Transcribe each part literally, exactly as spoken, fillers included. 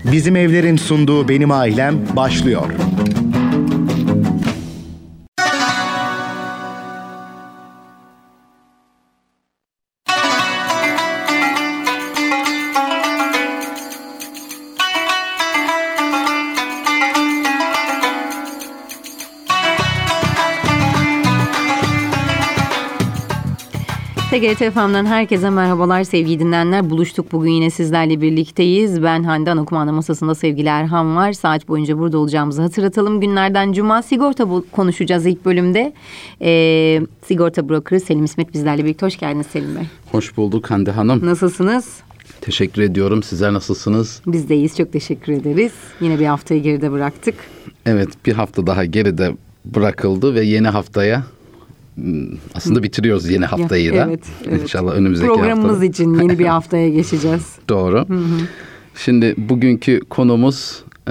Bizim Evler'in sunduğu Benim Ailem başlıyor. T G R T F M'den herkese merhabalar sevgili dinleyenler. Buluştuk bugün yine sizlerle birlikteyiz. Ben Hande, ana kumanda masasında sevgili Erhan var. Saat boyunca burada olacağımızı hatırlatalım. Günlerden Cuma sigorta konuşacağız ilk bölümde. Ee, sigorta brokeri Selim İsmet bizlerle birlikte. Hoş geldiniz Selim Bey. Hoş bulduk Hande Hanım. Nasılsınız? Teşekkür ediyorum. Sizler nasılsınız? Biz de iyiyiz. Çok teşekkür ederiz. Yine bir haftayı geride bıraktık. Evet, bir hafta daha geride bırakıldı ve yeni haftaya aslında bitiriyoruz yeni haftayı da. Evet, evet. İnşallah önümüzdeki hafta. Programımız için yeni bir haftaya geçeceğiz. Doğru. Hı hı. Şimdi bugünkü konumuz e,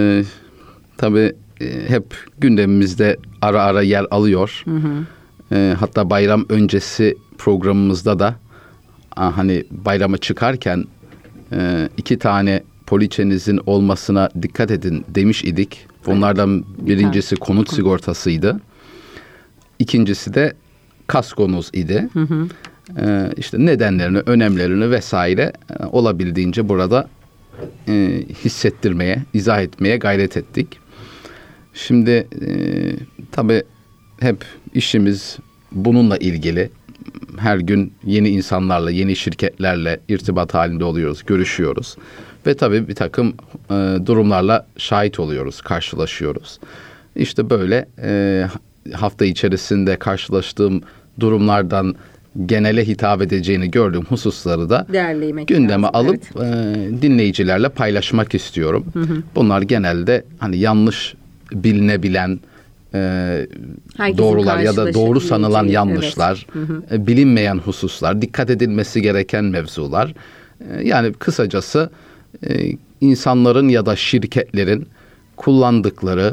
tabii e, hep gündemimizde ara ara yer alıyor. Hı hı. E, hatta bayram öncesi programımızda da a, hani bayrama çıkarken e, iki tane poliçenizin olmasına dikkat edin demiş idik. Bunlardan birincisi konut sigortasıydı. İkincisi de kaskonuz idi. Hı hı. Ee, işte nedenlerini, önemlerini vesaire e, olabildiğince burada e, hissettirmeye, izah etmeye gayret ettik. Şimdi e, tabii hep işimiz bununla ilgili. Her gün yeni insanlarla, yeni şirketlerle irtibat halinde oluyoruz, görüşüyoruz. Ve tabii bir takım e, durumlarla şahit oluyoruz, karşılaşıyoruz. İşte böyle e, hafta içerisinde karşılaştığım durumlardan genele hitap edeceğini gördüğüm hususları da gündeme lazım, alıp evet. e, dinleyicilerle paylaşmak istiyorum. Hı hı. Bunlar genelde hani yanlış bilinebilen e, doğrular ya da doğru sanılan yanlışlar, evet. Hı hı. E, bilinmeyen hususlar, dikkat edilmesi gereken mevzular. E, yani kısacası e, insanların ya da şirketlerin kullandıkları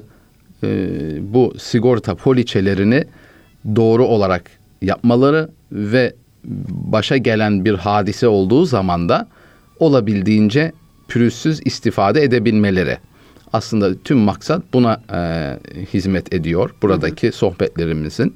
bu sigorta poliçelerini doğru olarak yapmaları ve başa gelen bir hadise olduğu zaman da olabildiğince pürüzsüz istifade edebilmeleri. Aslında tüm maksat buna e, hizmet ediyor buradaki hı hı. sohbetlerimizin.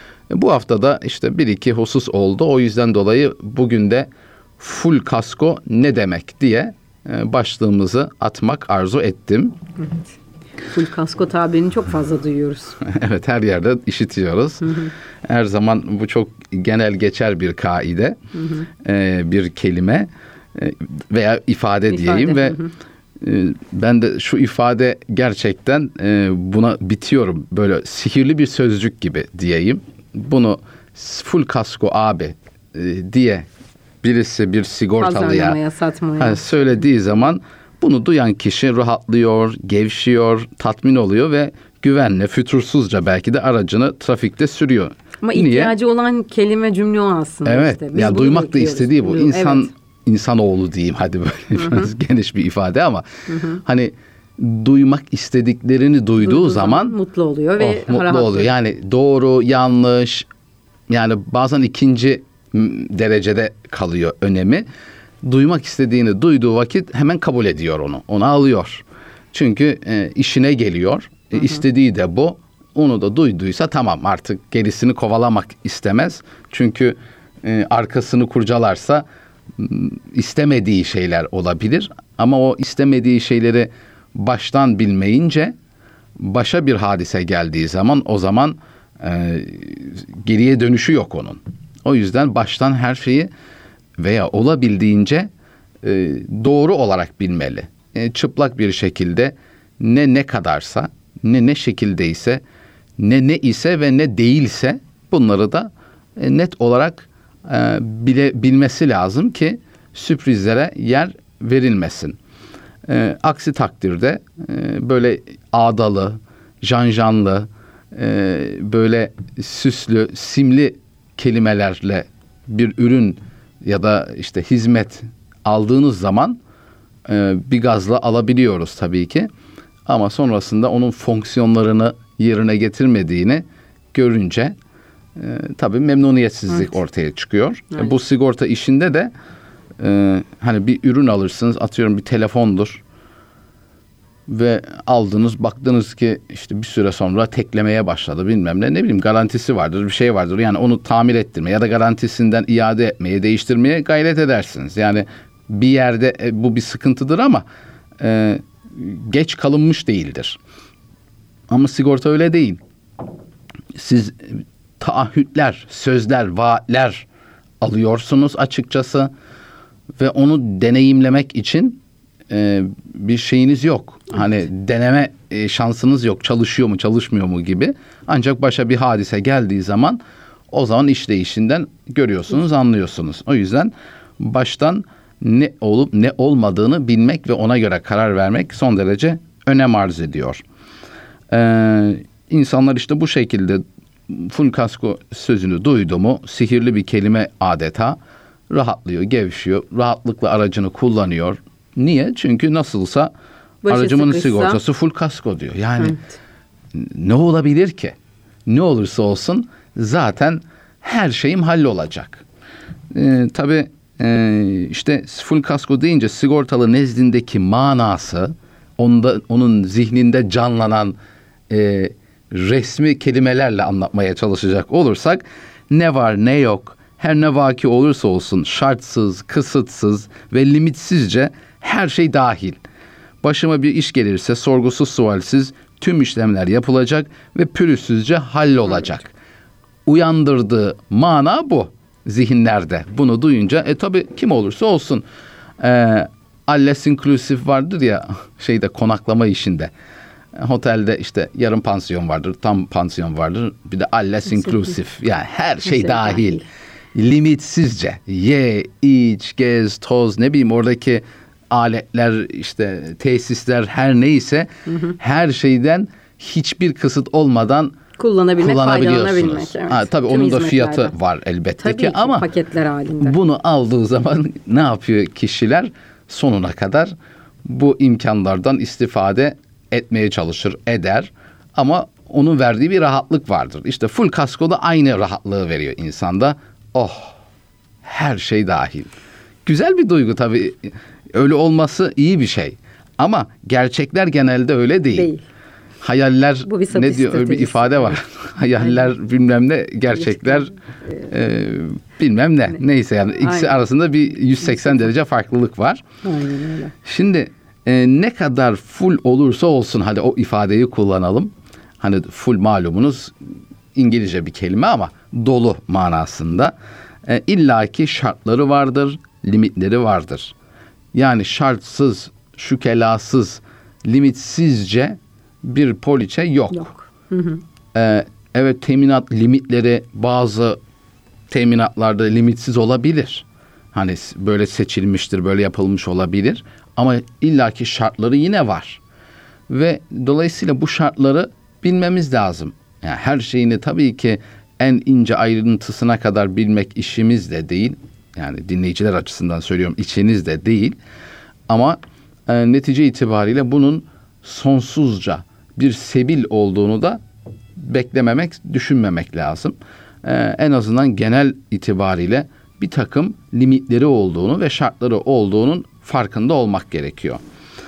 Bu haftada işte bir iki husus oldu. O yüzden dolayı bugün de full kasko ne demek diye e, başlığımızı atmak arzu ettim. Evet. Full kasko tabirini çok fazla duyuyoruz. Evet, her yerde işitiyoruz. Hı hı. Her zaman bu çok genel geçer bir kaide, hı hı. E, bir kelime e, veya ifade, ifade diyeyim ve hı hı. E, ben de şu ifade gerçekten e, buna bitiyorum. Böyle sihirli bir sözcük gibi diyeyim. Bunu full kasko abi e, diye birisi bir sigortalıya hani söylediği zaman bunu duyan kişi rahatlıyor, gevşiyor, tatmin oluyor ve güvenle, fütursuzca belki de aracını trafikte sürüyor. Ama Niye? ihtiyacı olan kelime cümle o aslında. Evet, işte. ya duymak da istediği bu. İnsan, evet. insanoğlu diyeyim hadi böyle biraz geniş bir ifade ama hı hı. hani duymak istediklerini duyduğu Duyduğu zaman, zaman mutlu oluyor ve oh, mutlu oluyor. Yani doğru, yanlış, yani bazen ikinci derecede kalıyor önemi. Duymak istediğini duyduğu vakit hemen kabul ediyor onu. Onu alıyor. Çünkü e, işine geliyor. E, istediği de bu. Onu da duyduysa tamam, artık gerisini kovalamak istemez. Çünkü e, arkasını kurcalarsa istemediği şeyler olabilir. Ama o istemediği şeyleri baştan bilmeyince başa bir hadise geldiği zaman o zaman e, geriye dönüşü yok onun. O yüzden baştan her şeyi veya olabildiğince e, doğru olarak bilmeli. E, çıplak bir şekilde ne ne kadarsa, ne ne şekildeyse, ne ne ise ve ne değilse bunları da e, net olarak e, bile bilmesi lazım ki sürprizlere yer verilmesin. E, aksi takdirde e, böyle ağdalı, janjanlı, e, böyle süslü, simli kelimelerle bir ürün ya da işte hizmet aldığınız zaman e, bir gazla alabiliyoruz tabii ki. Ama sonrasında onun fonksiyonlarını yerine getirmediğini görünce e, tabii memnuniyetsizlik evet. ortaya çıkıyor. E, bu sigorta işinde de e, hani bir ürün alırsınız, atıyorum bir telefondur. ve aldınız, baktınız ki işte bir süre sonra teklemeye başladı bilmem ne, ne bileyim garantisi vardır, bir şey vardır. Yani onu tamir ettirmeye ya da garantisinden iade etmeye, değiştirmeye gayret edersiniz. Yani bir yerde e, bu bir sıkıntıdır ama e, geç kalınmış değildir. Ama sigorta öyle değil. Siz taahhütler, sözler, vaatler alıyorsunuz açıkçası ve onu deneyimlemek için e, bir şeyiniz yok. Evet. Hani deneme e, şansınız yok. Çalışıyor mu, çalışmıyor mu gibi. Ancak başa bir hadise geldiği zaman o zaman işleyişinden görüyorsunuz, anlıyorsunuz. O yüzden baştan ne olup ne olmadığını bilmek ve ona göre karar vermek son derece önem arz ediyor. Ee, insanlar işte bu şekilde full kasko sözünü duydu mu sihirli bir kelime adeta rahatlıyor, gevşiyor, rahatlıkla aracını kullanıyor. Niye? Çünkü nasılsa başı aracımın sıkışsa, sigortası full kasko diyor. Yani evet. Ne olabilir ki? Ne olursa olsun zaten her şeyim hallolacak. Ee, tabii e, işte full kasko deyince sigortalı nezdindeki manası, onda, onun zihninde canlanan e, resmi kelimelerle anlatmaya çalışacak olursak ne var ne yok, her ne vaki olursa olsun şartsız, kısıtsız ve limitsizce her şey dahil. Başıma bir iş gelirse sorgusuz sualsiz tüm işlemler yapılacak ve pürüzsüzce hallolacak. Evet. Uyandırdığı mana bu zihinlerde. Bunu duyunca e tabi kim olursa olsun e, alles inclusive vardır ya şeyde konaklama işinde. Otelde işte yarım pansiyon vardır, tam pansiyon vardır. Bir de alles inclusive. Yani her şey, şey dahil. dahil. Limitsizce. Ye, iç, gez, toz, ne bileyim oradaki aletler, işte tesisler her neyse hı hı. her şeyden hiçbir kısıt olmadan kullanabilmek, faydalanabilmek. Evet. Ha, tabii tüm onun da fiyatı var elbette tabii ki, ki ama paketler halinde. Bunu aldığı zaman ne yapıyor kişiler? Sonuna kadar bu imkanlardan istifade etmeye çalışır, eder. Ama onun verdiği bir rahatlık vardır. İşte full kasko da aynı rahatlığı veriyor insanda. Oh, her şey dahil. Güzel bir duygu tabii. Öyle olması iyi bir şey. Ama gerçekler genelde öyle değil. Değil. Hayaller, ne diyor, öyle bir ifade var. Hayaller aynen. Bilmem ne, gerçekler e, bilmem ne. Neyse yani ikisi aynen. arasında bir yüz seksen derece farklılık var. Aynen öyle. Şimdi e, ne kadar full olursa olsun, hadi o ifadeyi kullanalım. Hani full malumunuz İngilizce bir kelime ama dolu manasında. E, illaki şartları vardır, limitleri vardır. Yani şartsız, şükelasız, limitsizce bir poliçe yok. Yok. Hı hı. Ee, evet, teminat limitleri bazı teminatlarda limitsiz olabilir. Hani böyle seçilmiştir, böyle yapılmış olabilir. Ama illaki şartları yine var. Ve dolayısıyla bu şartları bilmemiz lazım. Yani her şeyini tabii ki en ince ayrıntısına kadar bilmek işimiz de değil. Yani dinleyiciler açısından söylüyorum, içiniz de değil. Ama e, netice itibariyle bunun sonsuzca bir sebil olduğunu da beklememek, düşünmemek lazım. Ee, en azından genel itibariyle bir takım limitleri olduğunu ve şartları olduğunun farkında olmak gerekiyor.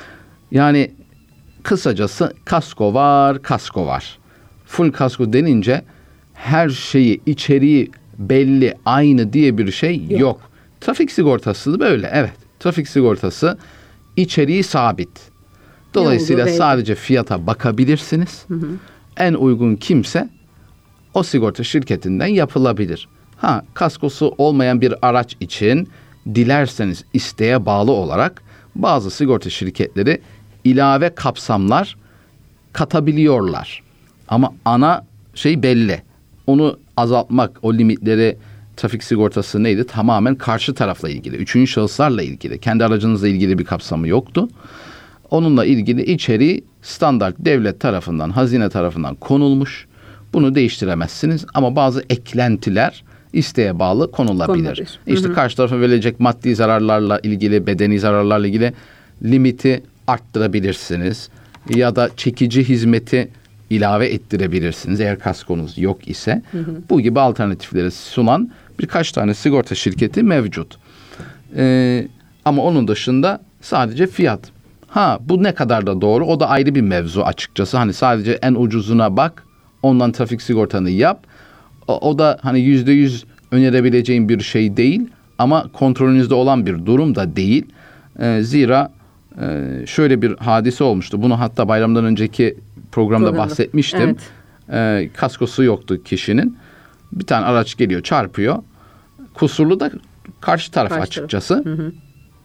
Yani kısacası kasko var, kasko var. Full kasko denince her şeyi, içeriği belli, aynı diye bir şey yok. yok. Trafik sigortası da böyle, evet. Trafik sigortası içeriği sabit. Dolayısıyla sadece fiyata bakabilirsiniz. Hı hı. En uygun kimse o sigorta şirketinden yapılabilir. Ha, kaskosu olmayan bir araç için dilerseniz isteğe bağlı olarak bazı sigorta şirketleri ilave kapsamlar katabiliyorlar. Ama ana şey belli. Onu azaltmak, o limitleri, trafik sigortası neydi? Tamamen karşı tarafla ilgili, üçüncü şahıslarla ilgili. Kendi aracınızla ilgili bir kapsamı yoktu. Onunla ilgili içeriği standart devlet tarafından, hazine tarafından konulmuş. Bunu değiştiremezsiniz ama bazı eklentiler isteğe bağlı konulabilir. Konulabilir. İşte hı hı. karşı tarafa verilecek maddi zararlarla ilgili, bedeni zararlarla ilgili limiti arttırabilirsiniz. Ya da çekici hizmeti ilave ettirebilirsiniz eğer kaskonuz yok ise. Hı hı. Bu gibi alternatifleri sunan birkaç tane sigorta şirketi mevcut. Ee, ama onun dışında sadece fiyat. Ha bu ne kadar da doğru, o da ayrı bir mevzu açıkçası. Hani sadece en ucuzuna bak, ondan trafik sigortanı yap. O, o da hani yüzde yüz önerebileceğim bir şey değil ama kontrolünüzde olan bir durum da değil. Ee, zira e, şöyle bir hadise olmuştu. Bunu hatta bayramdan önceki programda, programda. bahsetmiştim. Evet. Ee, kaskosu yoktu kişinin. Bir tane araç geliyor, çarpıyor. Kusurlu da karşı taraf karşı açıkçası. Taraf. Hı hı.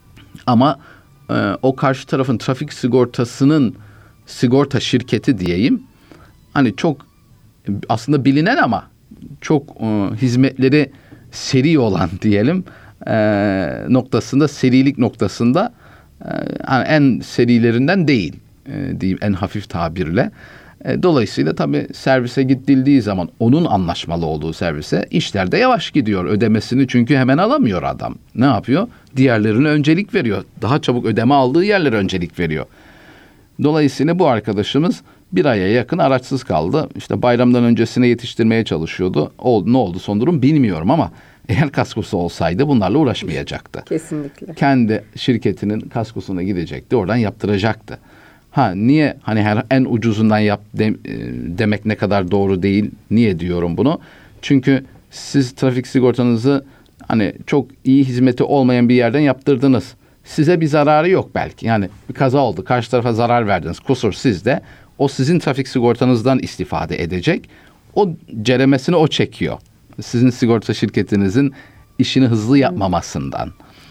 Ama e, o karşı tarafın trafik sigortasının sigorta şirketi diyeyim. Hani çok aslında bilinen ama çok e, hizmetleri seri olan diyelim e, noktasında, serilik noktasında e, hani en serilerinden değil e, diyeyim en hafif tabirle. E, dolayısıyla tabii servise gidildiği zaman onun anlaşmalı olduğu servise işler de yavaş gidiyor ödemesini, çünkü hemen alamıyor adam. Ne yapıyor? Diğerlerine öncelik veriyor. Daha çabuk ödeme aldığı yerlere öncelik veriyor. Dolayısıyla bu arkadaşımız bir aya yakın araçsız kaldı. İşte bayramdan öncesine yetiştirmeye çalışıyordu. O, ne oldu son durum bilmiyorum ama eğer kaskosu olsaydı bunlarla uğraşmayacaktı. Kesinlikle. Kendi şirketinin kaskosuna gidecekti, oradan yaptıracaktı. Ha niye hani her en ucuzundan yap de, e, demek ne kadar doğru değil. Niye diyorum bunu? Çünkü siz trafik sigortanızı hani çok iyi hizmeti olmayan bir yerden yaptırdınız. Size bir zararı yok belki. Yani bir kaza oldu, karşı tarafa zarar verdiniz. Kusur sizde. O sizin trafik sigortanızdan istifade edecek. O ceremesini o çekiyor. Sizin sigorta şirketinizin işini hızlı yapmamasından.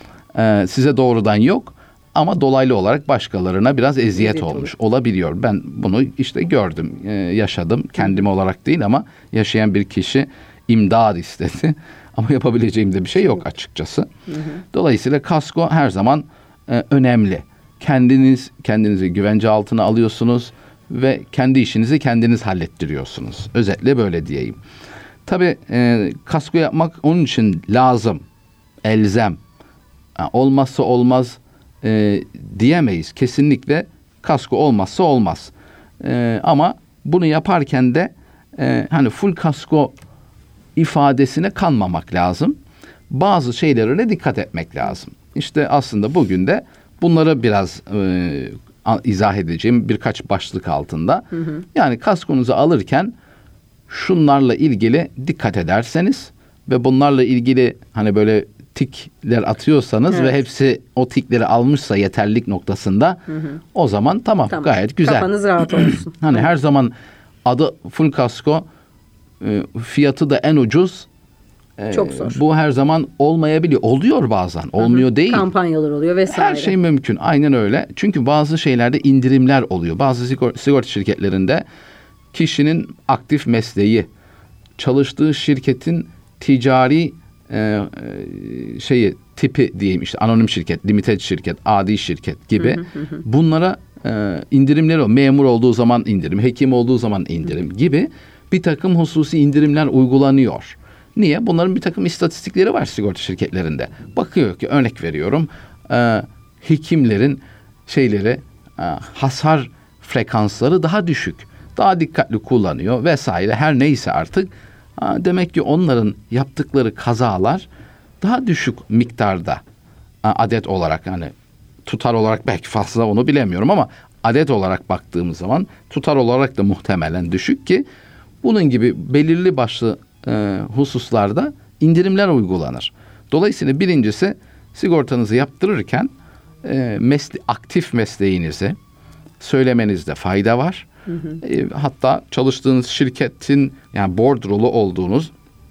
Ee, size doğrudan yok. Ama dolaylı olarak başkalarına biraz eziyet evet, olmuş olur. olabiliyor. Ben bunu işte gördüm, e, yaşadım. Kendim olarak değil ama yaşayan bir kişi imdad istedi. Ama yapabileceğim de bir şey yok açıkçası. Hı hı. Dolayısıyla kasko her zaman e, önemli. Kendiniz kendinizi güvence altına alıyorsunuz ve kendi işinizi kendiniz hallettiriyorsunuz. Özetle böyle diyeyim. Tabii e, kasko yapmak onun için lazım, elzem. Yani olmazsa olmaz E, diyemeyiz. Kesinlikle kasko olmazsa olmaz. E, ama bunu yaparken de e, hani full kasko ifadesine kanmamak lazım. Bazı şeylere dikkat etmek lazım. İşte aslında bugün de bunları biraz e, izah edeceğim birkaç başlık altında. Hı hı. Yani kaskonuzu alırken şunlarla ilgili dikkat ederseniz ve bunlarla ilgili hani böyle tikler atıyorsanız evet. ve hepsi o tikleri almışsa yeterlilik noktasında hı hı. o zaman tamam, tamam gayet güzel. Kafanız rahat olsun. Hani her zaman adı full kasko, e, fiyatı da en ucuz. E, Çok zor. Bu her zaman olmayabiliyor. Oluyor bazen. Olmuyor hı hı. değil. Kampanyalar oluyor vesaire. Her şey mümkün. Aynen öyle. Çünkü bazı şeylerde indirimler oluyor. Bazı sigorta, sigorta şirketlerinde kişinin aktif mesleği, çalıştığı şirketin ticari Ee, şeyi tipi diyeyim, işte anonim şirket, limited şirket, adi şirket gibi hı hı hı. bunlara e, indirimleri o. Memur olduğu zaman indirim, hekim olduğu zaman indirim hı. gibi bir takım hususi indirimler uygulanıyor. Niye? Bunların bir takım istatistikleri var sigorta şirketlerinde. Bakıyor ki örnek veriyorum e, hekimlerin şeyleri e, hasar frekansları daha düşük. Daha dikkatli kullanıyor vesaire, her neyse artık. Ha, demek ki onların yaptıkları kazalar daha düşük miktarda ha, adet olarak, hani tutar olarak belki fazla, onu bilemiyorum ama adet olarak baktığımız zaman tutar olarak da muhtemelen düşük ki bunun gibi belirli başlı e, hususlarda indirimler uygulanır. Dolayısıyla birincisi sigortanızı yaptırırken e, mesle- aktif mesleğinizi söylemenizde fayda var. Hı hı. E, hatta çalıştığınız şirketin, yani bordrolu olduğunuz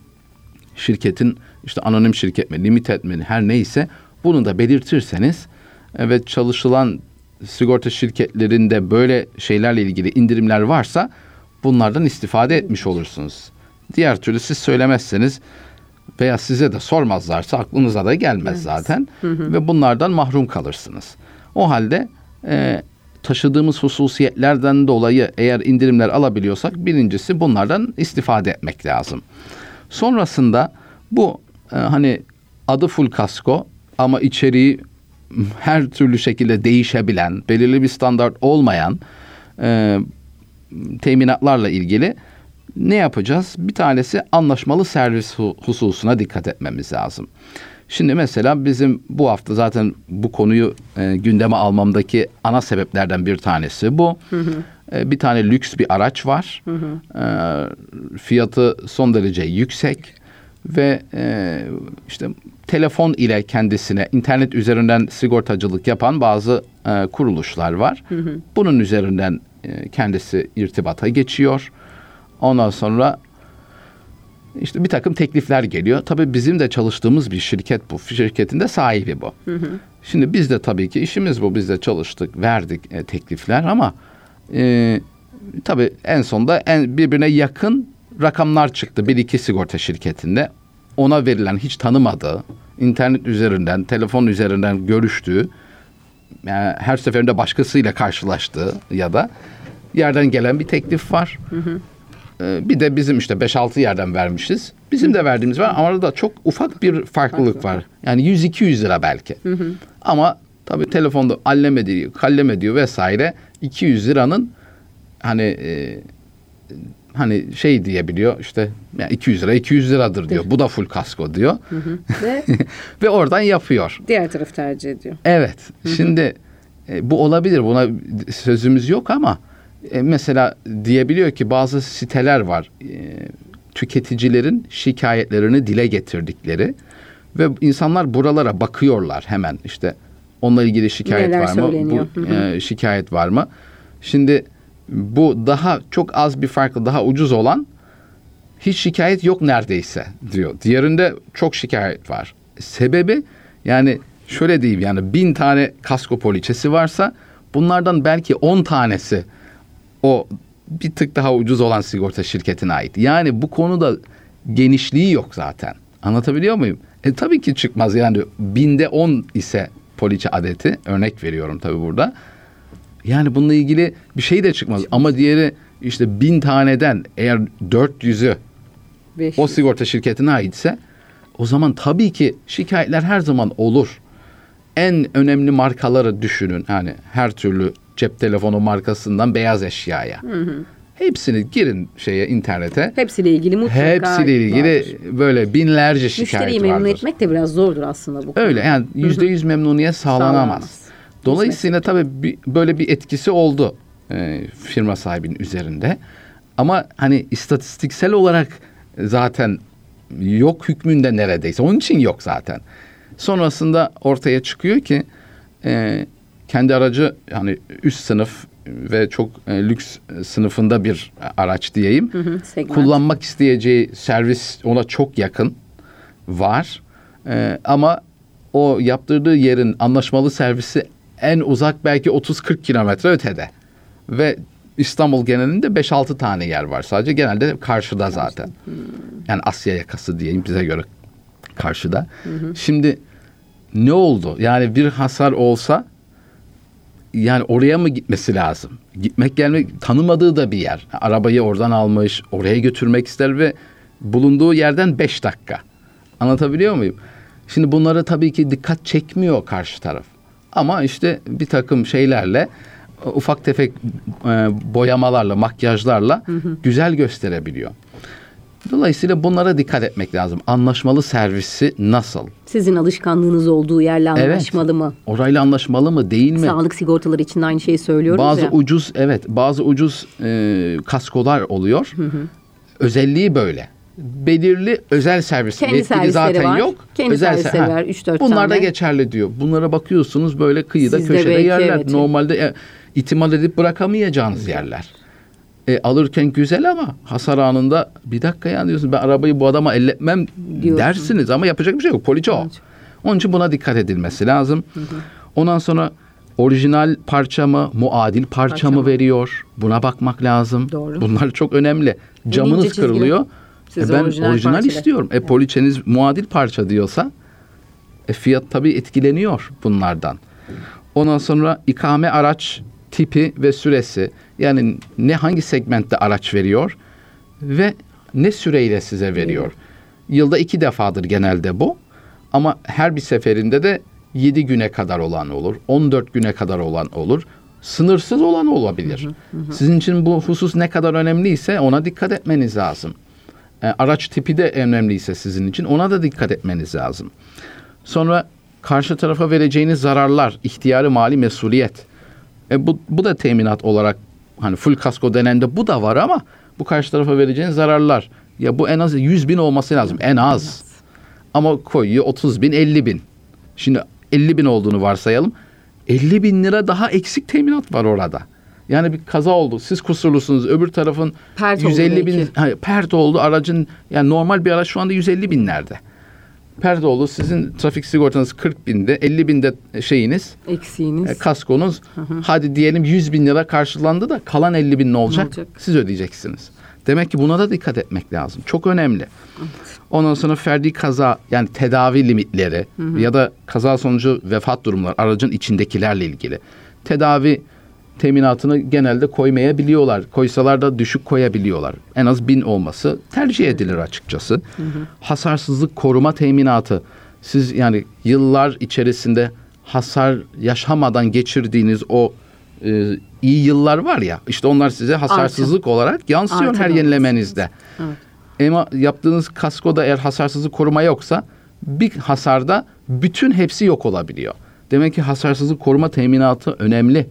şirketin işte anonim şirket mi, limited mi, her neyse bunu da belirtirseniz e, ve çalışılan sigorta şirketlerinde böyle şeylerle ilgili indirimler varsa bunlardan istifade etmiş olursunuz. Diğer türlü siz söylemezseniz veya size de sormazlarsa aklınıza da gelmez evet. zaten hı hı. ve bunlardan mahrum kalırsınız. O halde e, taşıdığımız hususiyetlerden dolayı eğer indirimler alabiliyorsak birincisi bunlardan istifade etmek lazım. Sonrasında bu e, hani adı full kasko ama içeriği her türlü şekilde değişebilen, belirli bir standart olmayan e, teminatlarla ilgili ne yapacağız? Bir tanesi anlaşmalı servis hususuna dikkat etmemiz lazım. Şimdi mesela bizim bu hafta zaten bu konuyu e, gündeme almamdaki ana sebeplerden bir tanesi bu. Hı hı. E, bir tane lüks bir araç var. Hı hı. E, fiyatı son derece yüksek ve e, işte telefon ile kendisine internet üzerinden sigortacılık yapan bazı e, kuruluşlar var. Hı hı. Bunun üzerinden e, kendisi irtibata geçiyor. Ondan sonra İşte bir takım teklifler geliyor. Tabii bizim de çalıştığımız bir şirket bu. Şirketin de sahibi bu. Hı hı. Şimdi biz de tabii ki işimiz bu. Biz de çalıştık, verdik e, teklifler ama e, tabii en sonunda en, birbirine yakın rakamlar çıktı. Bir iki sigorta şirketinde ona verilen hiç tanımadığı, internet üzerinden, telefon üzerinden görüştüğü, yani her seferinde başkasıyla karşılaştığı ya da yerden gelen bir teklif var. Hı hı. Bir de bizim işte beş altı yerden vermişiz. Bizim de verdiğimiz var ama arada çok ufak bir farklılık var. Yani yüz iki yüz lira belki. Hı hı. Ama tabii telefonda allem ediyor, kallem ediyor vesaire. iki yüz liranın hani e, hani şey diyebiliyor işte yani iki yüz lira iki yüz liradır diyor. Bu da full kasko diyor. Hı hı. Ve ve oradan yapıyor. Diğer taraf tercih ediyor. Evet. Hı hı. Şimdi e, bu olabilir. Buna sözümüz yok ama E, mesela diyebiliyor ki bazı siteler var. E, tüketicilerin şikayetlerini dile getirdikleri ve insanlar buralara bakıyorlar hemen işte onunla ilgili şikayet Neler var mı? söyleniyor? Bu e, şikayet var mı? Şimdi bu daha çok az bir farklı daha ucuz olan hiç şikayet yok neredeyse diyor. Diğerinde çok şikayet var. Sebebi yani şöyle diyeyim yani bin tane kasko poliçesi varsa bunlardan belki on tanesi o bir tık daha ucuz olan sigorta şirketine ait. Yani bu konuda genişliği yok zaten. Anlatabiliyor muyum? E tabii ki çıkmaz yani binde on ise poliçe adeti örnek veriyorum tabii burada. Yani bununla ilgili bir şey de çıkmaz. Ama diğeri işte bin taneden eğer dört yüzü beş yüz o sigorta şirketine aitse o zaman tabii ki şikayetler her zaman olur. En önemli markaları düşünün. Yani her türlü cep telefonu markasından beyaz eşyaya. Hı hı. Hepsini girin şeye internete. Hepsiyle ilgili mutlaka Hepsiyle ilgili vardır. Böyle binlerce şikayet vardır. Müşteriyi memnun etmek de biraz zordur aslında bu. Öyle yani yüzde yüz memnuniyet sağlanamaz. Sağlanamaz. Dolayısıyla tabii bir, böyle bir etkisi oldu e, firma sahibinin üzerinde. Ama hani istatistiksel olarak zaten yok hükmünde neredeyse. Onun için yok zaten. Sonrasında ortaya çıkıyor ki e, kendi aracı yani üst sınıf ve çok e, lüks sınıfında bir araç diyeyim. Hı hı, kullanmak isteyeceği servis ona çok yakın var. E, ama o yaptırdığı yerin anlaşmalı servisi en uzak belki otuz kırk kilometre ötede. Ve İstanbul genelinde beş altı tane yer var sadece. Genelde karşıda zaten. Hmm. Yani Asya yakası diyeyim bize göre karşıda. Hı hı. Şimdi ne oldu? Yani bir hasar olsa yani oraya mı gitmesi lazım? Gitmek gelmek tanımadığı da bir yer. Arabayı oradan almış, oraya götürmek ister ve bulunduğu yerden beş dakika. Anlatabiliyor muyum? Şimdi bunlara tabii ki dikkat çekmiyor karşı taraf. Ama işte bir takım şeylerle ufak tefek e, boyamalarla, makyajlarla hı hı. güzel gösterebiliyor. Dolayısıyla bunlara dikkat etmek lazım. Anlaşmalı servisi nasıl? Sizin alışkanlığınız olduğu yerle anlaşmalı evet. mı? Orayla anlaşmalı mı değil mi? Sağlık sigortaları için de aynı şeyi söylüyoruz bazı ya. Bazı ucuz evet bazı ucuz e, kaskolar oluyor. Hı hı. Özelliği böyle. Belirli özel servis. Kendi servisleri zaten var. Yok. Kendi özel servisleri ser- var. üç dört tane. Bunlar da geçerli diyor. Bunlara bakıyorsunuz böyle kıyıda Sizde köşede belki, yerler. Evet. Normalde e, itimal edip bırakamayacağınız yerler. E, alırken güzel ama hasar anında bir dakika ya diyorsun ben arabayı bu adama elletmem diyorsun. Dersiniz ama yapacak bir şey yok. Poliçe o. Evet. Onun için buna dikkat edilmesi lazım. Hı hı. Ondan sonra orijinal parça mı, muadil parça, parça mı veriyor? Buna bakmak lazım. Doğru. Bunlar çok önemli. Camınız kırılıyor. E ben orijinal, orijinal istiyorum. E poliçeniz muadil parça diyorsa e, fiyat tabii etkileniyor bunlardan. Ondan sonra ikame araç tipi ve süresi. Yani ne hangi segmentte araç veriyor ve ne süreyle size veriyor. Yılda iki defadır genelde bu. Ama her bir seferinde de yedi güne kadar olan olur. on dört güne kadar olan olur. Sınırsız olan olabilir. Hı hı hı. Sizin için bu husus ne kadar önemliyse ona dikkat etmeniz lazım. E, araç tipi de önemliyse sizin için ona da dikkat etmeniz lazım. Sonra karşı tarafa vereceğiniz zararlar, ihtiyari mali mesuliyet. E bu, bu da teminat olarak hani full kasko denende bu da var ama bu karşı tarafa vereceğiniz zararlar. Ya bu en az yüz bin olması lazım. En az. Ama koyuyor otuz bin, elli bin. Şimdi elli bin olduğunu varsayalım. elli bin lira daha eksik teminat var orada. Yani bir kaza oldu. Siz kusurlusunuz. Öbür tarafın Pert yüz elli oldu bin hayır, pert oldu. Aracın yani normal bir araç şu anda yüz elli binlerde. Pert oldu. Sizin trafik sigortanız kırk binde, elli binde şeyiniz, Eksiğiniz. e, kaskonuz. Hı hı. Hadi diyelim yüz bin lira karşılandı da kalan elli bin ne olacak? olacak? Siz ödeyeceksiniz. Demek ki buna da dikkat etmek lazım. Çok önemli. Evet. Ondan sonra ferdi kaza yani tedavi limitleri hı hı. ya da kaza sonucu vefat durumları aracın içindekilerle ilgili. Tedavi teminatını genelde koymayabiliyorlar. Koysalar da düşük koyabiliyorlar. En az bin olması tercih edilir açıkçası. Hı hı. Hasarsızlık koruma teminatı. Siz yani yıllar içerisinde hasar yaşamadan geçirdiğiniz o e, iyi yıllar var ya, işte onlar size hasarsızlık Artı. olarak yansıyor Artı her yenilemenizde. Evet. Ama yaptığınız kaskoda eğer hasarsızlık koruma yoksa bir hasarda bütün hepsi yok olabiliyor. Demek ki hasarsızlık koruma teminatı önemli.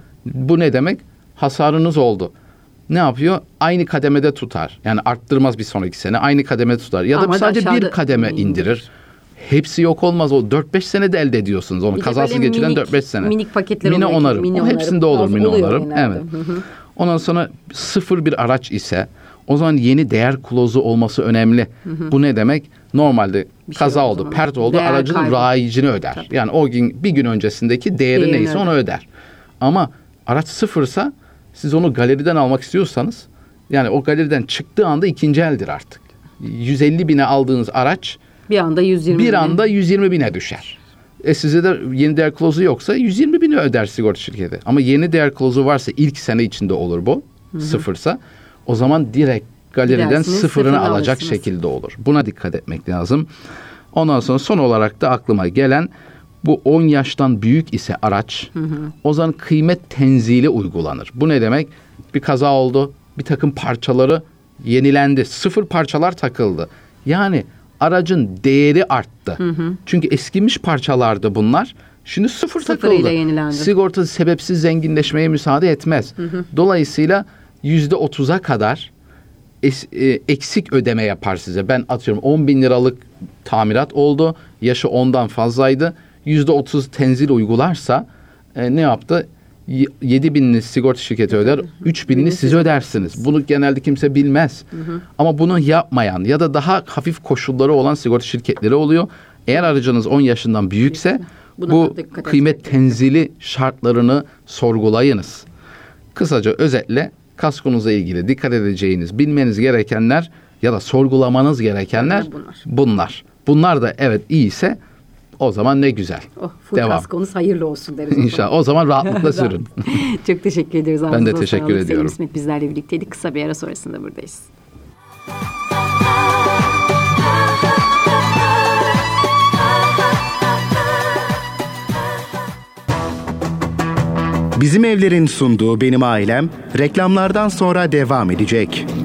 Bu ne demek? Hasarınız oldu. Ne yapıyor? Aynı kademede tutar. Yani arttırmaz bir sonraki sene. Aynı kademede tutar. Ya Ama da sadece bir kademe indirir. indirir. Hepsi yok olmaz. O dört beş senede elde ediyorsunuz onu. Bir Kazasız geçiren dört beş sene. Minik paketler mini oluyor. onarım. Mini o hepsinde olur mini onarım. Evet. Hı hı. Ondan sonra sıfır bir araç ise o zaman yeni değer klozu olması önemli. Hı hı. Bu ne demek? Normalde bir kaza şey oldu, zaman. pert oldu. Değer aracın kaybı. rayicini öder. Tabii. Yani o gün bir gün öncesindeki değeri Değerini neyse öder. onu öder. Ama araç sıfırsa siz onu galeriden almak istiyorsanız yani o galeriden çıktığı anda ikinci eldir artık. yüz elli bine aldığınız araç bir anda yüz yirmi bir anda yüz yirmi bine düşer. E size de yeni değer klozu yoksa yüz yirmi bini öder sigorta şirketi. Ama yeni değer klozu varsa ilk sene içinde olur bu. Hı hı. Sıfırsa o zaman direkt galeriden Gidersiniz, sıfırını alacak alırsınız. şekilde olur. Buna dikkat etmek lazım. Ondan sonra son olarak da aklıma gelen bu on yaştan büyük ise araç hı hı. o zaman kıymet tenzili uygulanır. Bu ne demek? Bir kaza oldu. Bir takım parçaları yenilendi. Sıfır parçalar takıldı. Yani aracın değeri arttı. Hı hı. Çünkü eskimiş parçalardı bunlar. Şimdi sıfır takıldı. Yenilendi. Sigorta sebepsiz zenginleşmeye müsaade etmez. Hı hı. Dolayısıyla yüzde otuza kadar es, e, eksik ödeme yapar size. Ben atıyorum on bin liralık tamirat oldu. Yaşı ondan fazlaydı. yüzde otuz tenzil uygularsa e, ne yaptı? yedi binini sigorta şirketi öder, üç binini siz ödersiniz. Bunu genelde kimse bilmez. Hı hı. Ama bunu yapmayan ya da daha hafif koşulları olan sigorta şirketleri oluyor. Eğer aracınız on yaşından büyükse Buna bu kıymet tenzili şartlarını sorgulayınız. Kısaca özetle kaskonuzla ilgili dikkat edeceğiniz, bilmeniz gerekenler ya da sorgulamanız gerekenler bunlar. Bunlar, bunlar da evet iyiyse o zaman ne güzel. Oh, full Devam. kaskonuz hayırlı olsun deriz. İnşallah. O zaman rahatlıkla sürün. Çok teşekkür ederiz. Ben de teşekkür sağlık. ediyorum. Sevgili İsmet bizlerle birlikteydi. Kısa bir ara sonrasında buradayız. Bizim Evler'in sunduğu Benim Ailem reklamlardan sonra devam edecek.